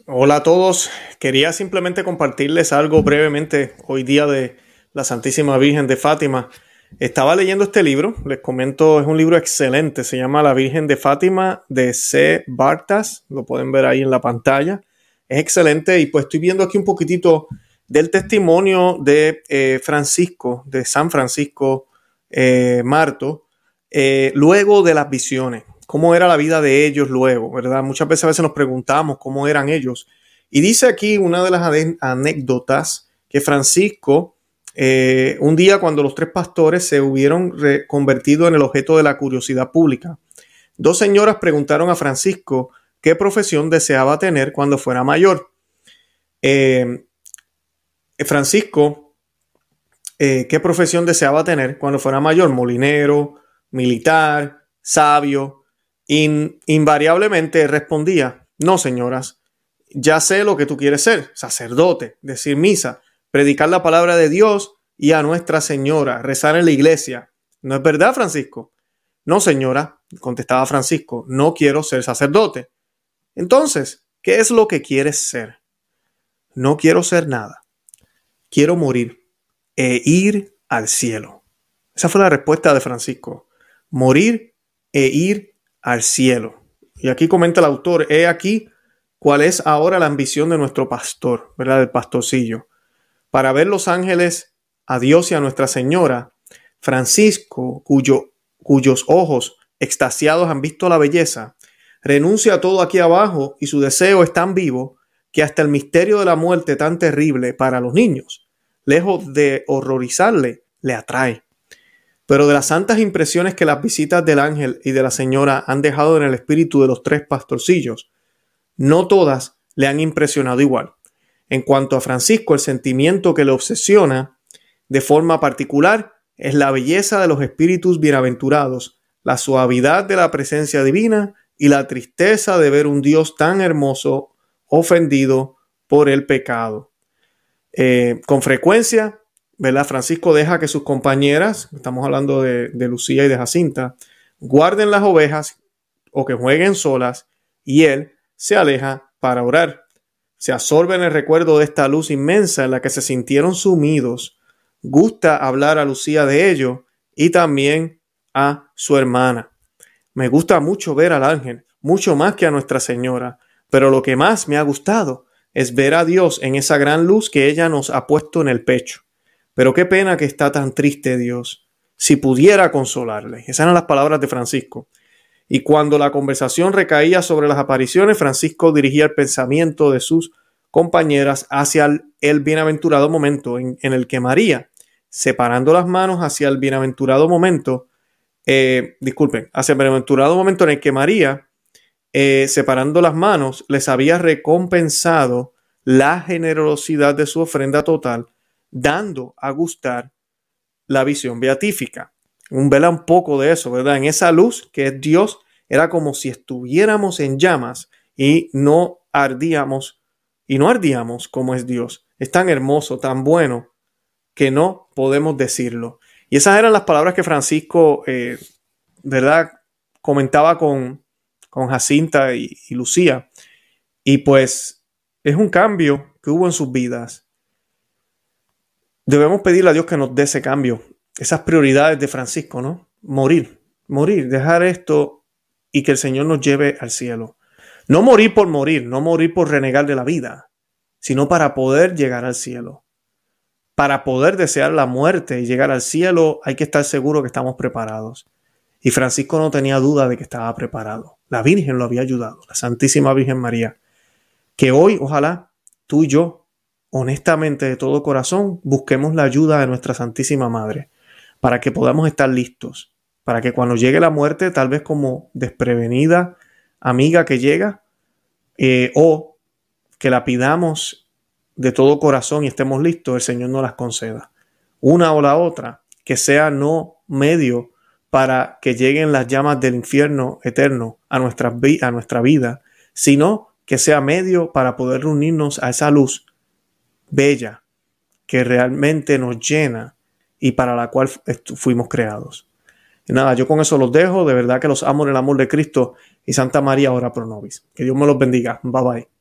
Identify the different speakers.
Speaker 1: Hola a todos, quería simplemente compartirles algo brevemente hoy día de la Santísima Virgen de Fátima. Estaba leyendo este libro, les comento, es un libro excelente, se llama La Virgen de Fátima de C. Bartas, lo pueden ver ahí en la pantalla. Es excelente y pues estoy viendo aquí un poquitito del testimonio de Francisco, de San Francisco Marto, luego de las visiones. Cómo era la vida de ellos luego, ¿verdad? Muchas veces nos preguntamos cómo eran ellos. Y dice aquí una de las anécdotas que Francisco, un día cuando los tres pastores se hubieron convertido en el objeto de la curiosidad pública, dos señoras preguntaron a Francisco qué profesión deseaba tener cuando fuera mayor. Francisco, ¿qué profesión deseaba tener cuando fuera mayor? Molinero, militar, sabio. Invariablemente respondía: no, señoras, ya sé lo que tú quieres ser, sacerdote, decir misa, predicar la palabra de Dios y a Nuestra Señora, rezar en la iglesia. ¿No es verdad, Francisco? No, señora, contestaba Francisco, no quiero ser sacerdote. Entonces, ¿qué es lo que quieres ser? No quiero ser nada. Quiero morir e ir al cielo. Esa fue la respuesta de Francisco. Morir e ir al cielo. Y aquí comenta el autor, he aquí cuál es ahora la ambición de nuestro pastor, ¿verdad? Del pastorcillo. Para ver los ángeles, a Dios y a Nuestra Señora, Francisco, cuyos ojos extasiados han visto la belleza, renuncia a todo aquí abajo y su deseo es tan vivo que hasta el misterio de la muerte tan terrible para los niños, lejos de horrorizarle, le atrae. Pero de las santas impresiones que las visitas del ángel y de la señora han dejado en el espíritu de los tres pastorcillos, no todas le han impresionado igual. En cuanto a Francisco, el sentimiento que le obsesiona de forma particular es la belleza de los espíritus bienaventurados, la suavidad de la presencia divina y la tristeza de ver un Dios tan hermoso ofendido por el pecado. Con frecuencia, ¿verdad? Francisco deja que sus compañeras, estamos hablando de Lucía y de Jacinta, guarden las ovejas o que jueguen solas y él se aleja para orar. Se absorbe en el recuerdo de esta luz inmensa en la que se sintieron sumidos. Gusta hablar a Lucía de ello y también a su hermana. Me gusta mucho ver al ángel, mucho más que a Nuestra Señora, pero lo que más me ha gustado es ver a Dios en esa gran luz que ella nos ha puesto en el pecho. Pero qué pena que está tan triste Dios. Si pudiera consolarle. Esas eran las palabras de Francisco. Y cuando la conversación recaía sobre las apariciones, Francisco dirigía el pensamiento de sus compañeras hacia el bienaventurado momento en el que María, separando las manos hacia el bienaventurado momento, hacia el bienaventurado momento en el que María, separando las manos, les había recompensado la generosidad de su ofrenda total, dando a gustar la visión beatífica. Vela un poco de eso, ¿verdad? En esa luz que es Dios, era como si estuviéramos en llamas y no ardíamos como es Dios. Es tan hermoso, tan bueno, que no podemos decirlo. Y esas eran las palabras que Francisco, ¿verdad? Comentaba con Jacinta y Lucía. Y pues es un cambio que hubo en sus vidas. Debemos pedirle a Dios que nos dé ese cambio, esas prioridades de Francisco, ¿no? Morir, dejar esto y que el Señor nos lleve al cielo. No morir, no morir por renegar de la vida, sino para poder llegar al cielo. Para poder desear la muerte y llegar al cielo hay que estar seguro que estamos preparados. Y Francisco no tenía duda de que estaba preparado. La Virgen lo había ayudado, la Santísima Virgen María. Que hoy, ojalá, tú y yo, honestamente, de todo corazón, busquemos la ayuda de nuestra Santísima Madre para que podamos estar listos, para que cuando llegue la muerte, tal vez como desprevenida amiga que llega, o que la pidamos de todo corazón y estemos listos, el Señor nos las conceda. Una o la otra, que sea no medio para que lleguen las llamas del infierno eterno a nuestra vida, sino que sea medio para poder reunirnos a esa luz bella que realmente nos llena y para la cual fuimos creados. Y nada, yo con eso los dejo. De verdad que los amo en el amor de Cristo y Santa María, ora pro nobis. Que Dios me los bendiga. Bye bye.